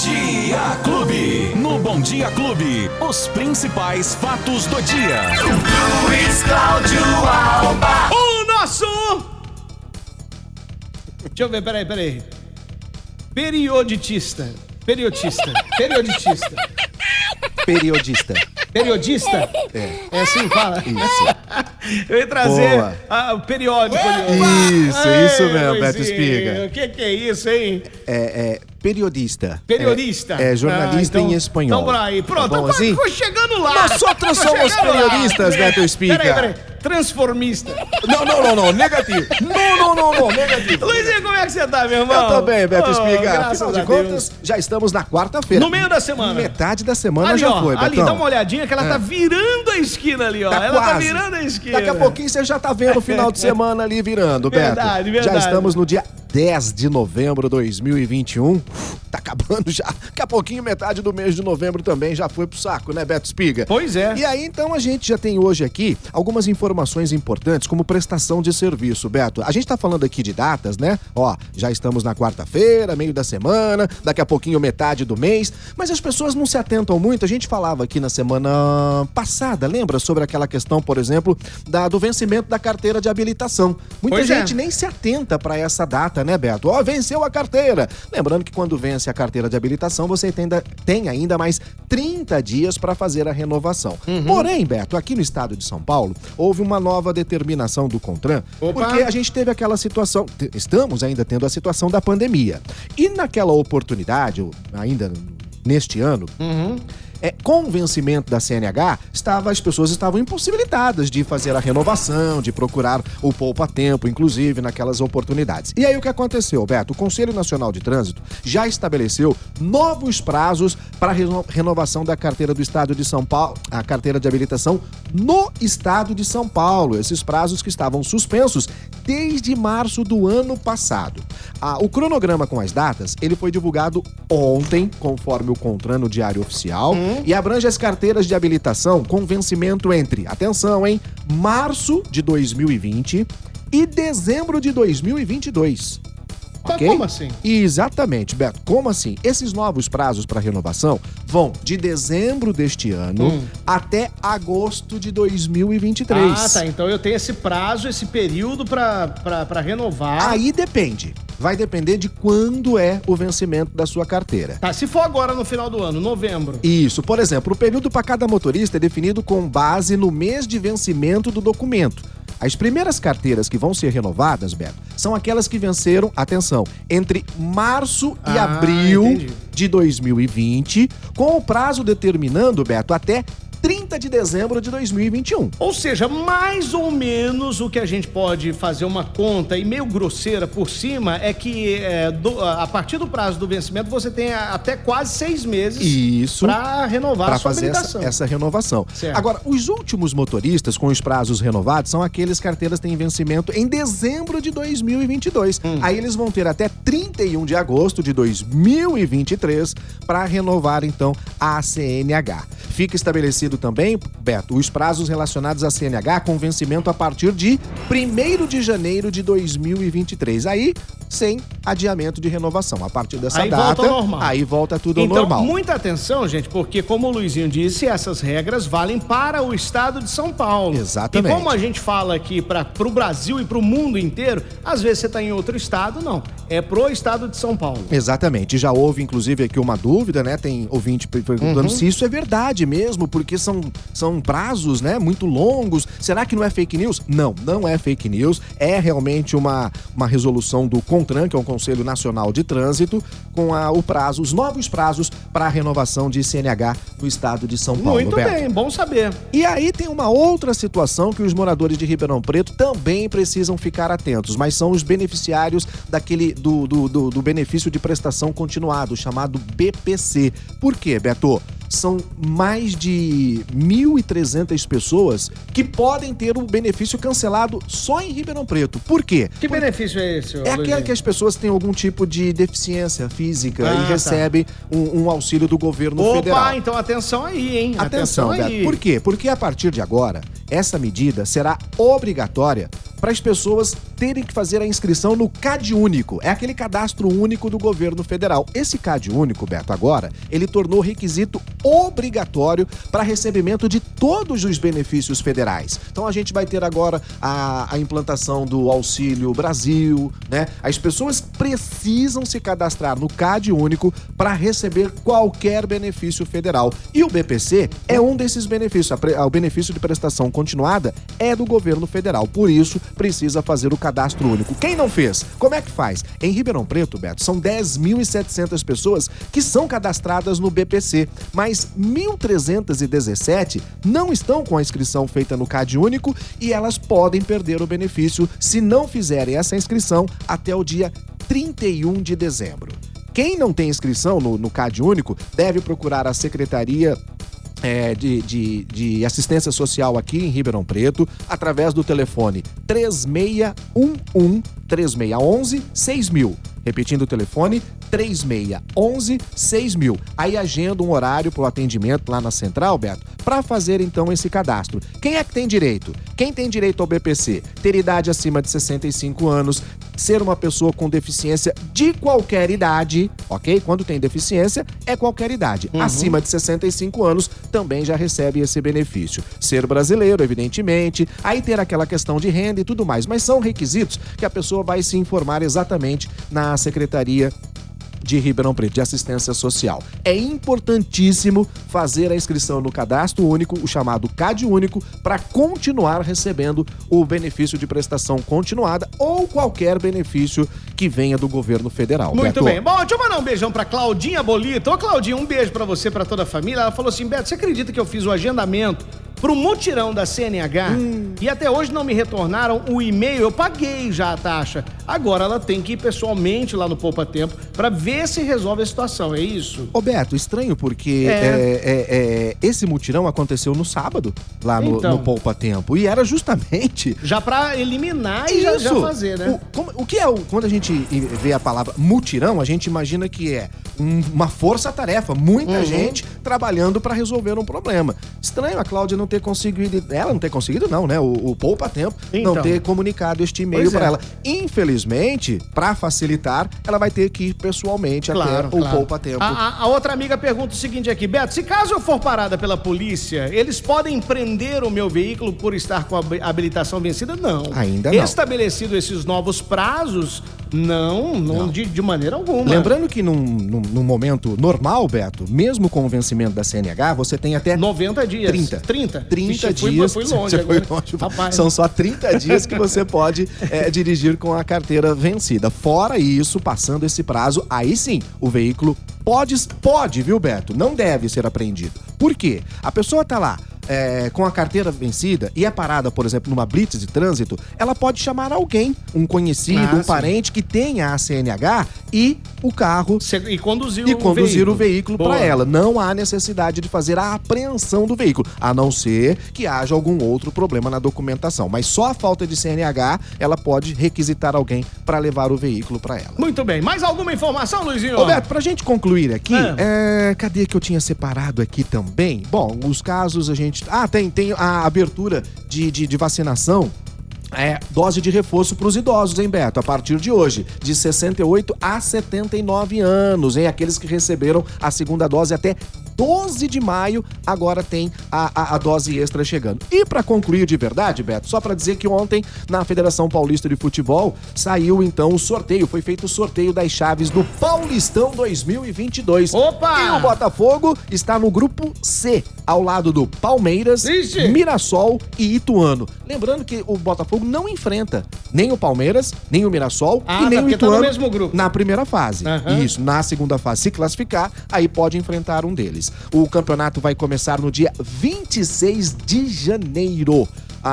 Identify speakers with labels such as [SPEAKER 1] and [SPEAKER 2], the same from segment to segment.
[SPEAKER 1] Dia Clube. No Bom Dia Clube, os principais fatos do dia. Luiz Cláudio Alba.
[SPEAKER 2] O nosso... Deixa eu ver, peraí. Periodista. É assim que fala?
[SPEAKER 3] Isso.
[SPEAKER 2] Eu ia trazer o periódico ali.
[SPEAKER 3] Isso mesmo, Beto Espiga.
[SPEAKER 2] O que é isso, hein?
[SPEAKER 3] Periodista.
[SPEAKER 2] Periodista.
[SPEAKER 3] Jornalista em espanhol.
[SPEAKER 2] Então, por aí. Pronto,
[SPEAKER 3] tá bom assim?
[SPEAKER 2] Tô chegando lá.
[SPEAKER 3] Nós outros somos periodistas, Beto Espiga.
[SPEAKER 2] Peraí. Transformista.
[SPEAKER 3] Não, negativo. Não, negativo.
[SPEAKER 2] Luizinho, como é que você tá, meu irmão?
[SPEAKER 3] Eu tô bem, Beto Espiga.
[SPEAKER 2] Graças
[SPEAKER 3] Afinal de
[SPEAKER 2] a
[SPEAKER 3] contas,
[SPEAKER 2] Deus.
[SPEAKER 3] já estamos na quarta-feira.
[SPEAKER 2] No meio da semana.
[SPEAKER 3] Metade da semana
[SPEAKER 2] ali,
[SPEAKER 3] já
[SPEAKER 2] ó,
[SPEAKER 3] foi, Betão.
[SPEAKER 2] Ali, dá uma olhadinha que ela tá virando a esquina ali, ó.
[SPEAKER 3] Tá
[SPEAKER 2] ela
[SPEAKER 3] quase.
[SPEAKER 2] tá virando a esquina.
[SPEAKER 3] Daqui a pouquinho você já tá vendo o final de semana ali virando, Beto.
[SPEAKER 2] Verdade.
[SPEAKER 3] Já estamos no dia 10 de novembro de 2021. Tá acabando já. Daqui a pouquinho, metade do mês de novembro também já foi pro saco, né, Beto Espiga?
[SPEAKER 2] Pois é.
[SPEAKER 3] E aí, então, a gente já tem hoje aqui algumas informações importantes, como prestação de serviço, Beto. A gente tá falando aqui de datas, né? Ó, já estamos na quarta-feira, meio da semana, daqui a pouquinho metade do mês, mas as pessoas não se atentam muito. A gente falava aqui na semana passada, lembra? Sobre aquela questão, por exemplo, do vencimento da carteira de habilitação. Muita gente nem se atenta para essa data, né, Beto? Ó, venceu a carteira. Lembrando que quando vence a carteira de habilitação, você tem ainda mais 30 dias para fazer a renovação. Porém, Beto, aqui no estado de São Paulo, houve uma nova determinação do CONTRAN, porque a gente teve aquela situação, estamos ainda tendo a situação da pandemia. E naquela oportunidade, ainda neste ano, com o vencimento da CNH, as pessoas estavam impossibilitadas de fazer a renovação, de procurar o poupa-tempo, inclusive naquelas oportunidades. E aí o que aconteceu, Beto? O Conselho Nacional de Trânsito já estabeleceu novos prazos para a renovação da carteira do Estado de São Paulo, a carteira de habilitação no Estado de São Paulo. Esses prazos que estavam suspensos desde março do ano passado. O cronograma com as datas, ele foi divulgado ontem, conforme o CONTRAN no Diário Oficial, e abrange as carteiras de habilitação com vencimento entre, atenção, março de 2020 e dezembro de 2022.
[SPEAKER 2] Mas
[SPEAKER 3] ok?
[SPEAKER 2] como assim?
[SPEAKER 3] Exatamente, Beto. Como assim? Esses novos prazos para renovação vão de dezembro deste ano até agosto de 2023.
[SPEAKER 2] Ah, tá. Então eu tenho esse prazo, esse período para renovar.
[SPEAKER 3] Aí depende. Vai depender de quando é o vencimento da sua carteira.
[SPEAKER 2] Tá, se for agora no final do ano, novembro.
[SPEAKER 3] Isso. Por exemplo, o período para cada motorista é definido com base no mês de vencimento do documento. As primeiras carteiras que vão ser renovadas, Beto, são aquelas que venceram, atenção, entre março e abril de 2020, com o prazo determinando, Beto, até 30 de dezembro de 2021.
[SPEAKER 2] Ou seja, mais ou menos o que a gente pode fazer uma conta e meio grosseira por cima é que a partir do prazo do vencimento você tem até quase 6 meses para renovar a sua habilitação.
[SPEAKER 3] Essa renovação.
[SPEAKER 2] Certo.
[SPEAKER 3] Agora, os últimos motoristas com os prazos renovados são aqueles carteiras que têm vencimento em dezembro de 2022. Aí eles vão ter até 31 de agosto de 2023 para renovar, então, a CNH. Fica estabelecido também, Beto, os prazos relacionados à CNH com vencimento a partir de 1º de janeiro de 2023. Aí, sem adiamento de renovação. A partir dessa data,
[SPEAKER 2] volta ao normal.
[SPEAKER 3] Aí volta tudo ao
[SPEAKER 2] então,
[SPEAKER 3] normal.
[SPEAKER 2] Muita atenção, gente, porque como o Luizinho disse, essas regras valem para o estado de São Paulo.
[SPEAKER 3] Exatamente.
[SPEAKER 2] E como a gente fala aqui para o Brasil e para o mundo inteiro, às vezes você está em outro estado, não. É pro estado de São Paulo.
[SPEAKER 3] Exatamente. Já houve, inclusive, aqui uma dúvida, né? Tem ouvinte perguntando se isso é verdade mesmo, porque são prazos, né? Muito longos. Será que não é fake news? Não, não é fake news. É realmente uma resolução do CONTRAN, que é o Conselho Nacional de Trânsito, com os novos prazos para a renovação de CNH no estado de São Paulo.
[SPEAKER 2] Muito
[SPEAKER 3] Beto.
[SPEAKER 2] bem, bom saber.
[SPEAKER 3] E aí tem uma outra situação que os moradores de Ribeirão Preto também precisam ficar atentos, mas são os beneficiários do benefício de prestação continuado, chamado BPC. Por quê, Beto? São mais de 1.300 pessoas que podem ter o benefício cancelado só em Ribeirão Preto. Por quê?
[SPEAKER 2] Que benefício é esse?
[SPEAKER 3] É aquele que as pessoas têm algum tipo de deficiência física e recebem um auxílio do governo federal.
[SPEAKER 2] Opa, então atenção aí, hein?
[SPEAKER 3] Atenção, Beto. Por quê? Porque a partir de agora, essa medida será obrigatória para as pessoas terem que fazer a inscrição no CadÚnico. É aquele cadastro único do governo federal. Esse CadÚnico, Beto, agora, ele tornou requisito obrigatório para recebimento de todos os benefícios federais. Então a gente vai ter agora a implantação do Auxílio Brasil, né? As pessoas precisam se cadastrar no CadÚnico para receber qualquer benefício federal. E o BPC é um desses benefícios. O benefício de prestação continuada é do governo federal. Por isso, precisa fazer o cadastro único. Quem não fez? Como é que faz? Em Ribeirão Preto, Beto, são 10.700 pessoas que são cadastradas no BPC, mas 1.317 não estão com a inscrição feita no CadÚnico e elas podem perder o benefício se não fizerem essa inscrição até o dia 31 de dezembro. Quem não tem inscrição no CadÚnico deve procurar a Secretaria de Assistência Social aqui em Ribeirão Preto, através do telefone 3611-3611-6000. Repetindo o telefone, 3611-6000. Aí agenda um horário para o atendimento lá na central, Beto, para fazer então esse cadastro. Quem é que tem direito? Quem tem direito ao BPC? Ter idade acima de 65 anos, ser uma pessoa com deficiência de qualquer idade, ok? Quando tem deficiência, é qualquer idade. Acima de 65 anos, também já recebe esse benefício. Ser brasileiro, evidentemente, aí ter aquela questão de renda e tudo mais. Mas são requisitos que a pessoa vai se informar exatamente na Secretaria de Ribeirão Preto, de Assistência Social. É importantíssimo fazer a inscrição no Cadastro Único, o chamado CadÚnico, para continuar recebendo o benefício de prestação continuada ou qualquer benefício que venha do governo federal.
[SPEAKER 2] Muito
[SPEAKER 3] Beto.
[SPEAKER 2] bem. Bom, deixa eu mandar um beijão pra Claudinha Bolito. Ô, Claudinha, um beijo pra você, pra toda a família. Ela falou assim, Beto, você acredita que eu fiz o agendamento pro mutirão da CNH e até hoje não me retornaram o e-mail? Eu paguei já a taxa. Agora ela tem que ir pessoalmente lá no Poupa Tempo pra ver se resolve a situação, é isso?
[SPEAKER 3] Ô Beto, estranho porque esse mutirão aconteceu no sábado, lá no Poupa Tempo, e era justamente...
[SPEAKER 2] Já pra eliminar e já fazer, né?
[SPEAKER 3] O que é quando a gente vê a palavra mutirão, a gente imagina que é uma força-tarefa, muita gente trabalhando pra resolver um problema. Estranho a Cláudia não ter conseguido, ela não ter conseguido não, né? O Poupa Tempo não ter comunicado este e-mail pra ela. Infelizmente, pra facilitar, ela vai ter que ir pessoalmente até o Poupa Tempo.
[SPEAKER 2] A outra amiga pergunta o seguinte aqui, Beto, se caso eu for parada pela polícia, eles podem prender o meu veículo por estar com a habilitação vencida? Não.
[SPEAKER 3] Ainda não.
[SPEAKER 2] Estabelecido esses novos prazos, não. De maneira alguma.
[SPEAKER 3] Lembrando que num momento normal, Beto, mesmo com o vencimento da CNH, você tem até
[SPEAKER 2] 90 dias. 30 dias.
[SPEAKER 3] Fui longe agora. Rapaz. São só 30 dias que você pode dirigir com a carteira vencida. Fora isso, passando esse prazo, aí sim, o veículo pode, viu, Beto? Não deve ser apreendido. Por quê? A pessoa tá lá com a carteira vencida e é parada, por exemplo, numa blitz de trânsito, ela pode chamar alguém, um conhecido, um parente que tenha a CNH e o carro
[SPEAKER 2] e conduzir
[SPEAKER 3] o veículo para ela. Não há necessidade de fazer a apreensão do veículo, a não ser que haja algum outro problema na documentação. Mas só a falta de CNH, ela pode requisitar alguém para levar o veículo para ela.
[SPEAKER 2] Muito bem. Mais alguma informação, Luizinho?
[SPEAKER 3] Roberto, pra gente concluir aqui, cadê que eu tinha separado aqui também? Bom, os casos a gente... tem a abertura de vacinação. Dose de reforço para os idosos, hein, Beto? A partir de hoje, de 68 a 79 anos, hein? Aqueles que receberam a segunda dose até 12 de maio, agora tem a dose extra chegando. E para concluir de verdade, Beto, só para dizer que ontem, na Federação Paulista de Futebol, saiu então o sorteio, foi feito o sorteio das chaves do Paulistão 2022.
[SPEAKER 2] Opa!
[SPEAKER 3] E o Botafogo está no grupo C, ao lado do Palmeiras, Mirassol e Ituano. Lembrando que o Botafogo não enfrenta nem o Palmeiras, nem o Mirassol e nem o Ituano
[SPEAKER 2] tá no mesmo grupo.
[SPEAKER 3] Na primeira fase. Isso, na segunda fase, se classificar, aí pode enfrentar um deles. O campeonato vai começar no dia 26 de janeiro.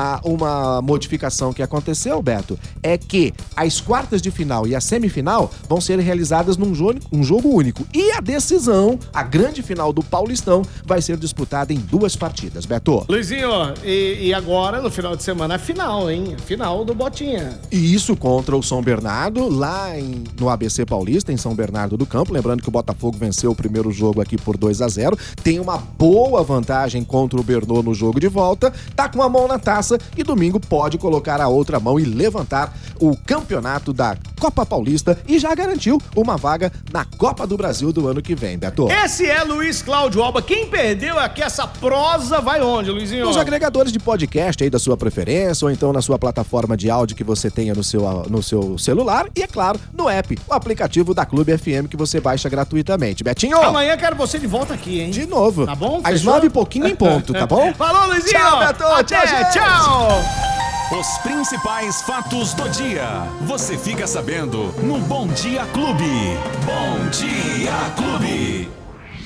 [SPEAKER 3] Uma modificação que aconteceu, Beto, é que as quartas de final e a semifinal vão ser realizadas num jogo único. E a decisão, a grande final do Paulistão, vai ser disputada em 2 partidas, Beto.
[SPEAKER 2] Luizinho, e agora, no final de semana, a final, hein? A final do Botinha.
[SPEAKER 3] E isso contra o São Bernardo, lá no ABC Paulista, em São Bernardo do Campo. Lembrando que o Botafogo venceu o primeiro jogo aqui por 2-0. Tem uma boa vantagem contra o Bernô no jogo de volta. Tá com a mão na taça. graça e domingo pode colocar a outra mão e levantar o campeonato da Copa Paulista e já garantiu uma vaga na Copa do Brasil do ano que vem, Beto.
[SPEAKER 2] Esse é Luiz Cláudio Alba. Quem perdeu aqui essa prosa vai onde, Luizinho?
[SPEAKER 3] Nos agregadores de podcast aí da sua preferência ou então na sua plataforma de áudio que você tenha no seu celular e, é claro, no app, o aplicativo da Clube FM que você baixa gratuitamente. Betinho!
[SPEAKER 2] Amanhã quero você de volta aqui, hein?
[SPEAKER 3] De novo.
[SPEAKER 2] Tá bom?
[SPEAKER 3] Às 9h em ponto, tá bom?
[SPEAKER 2] Falou, Luizinho!
[SPEAKER 3] Tchau, Beto!
[SPEAKER 2] Até, tchau!
[SPEAKER 1] Os principais fatos do dia. Você fica sabendo no Bom Dia Clube. Bom Dia Clube.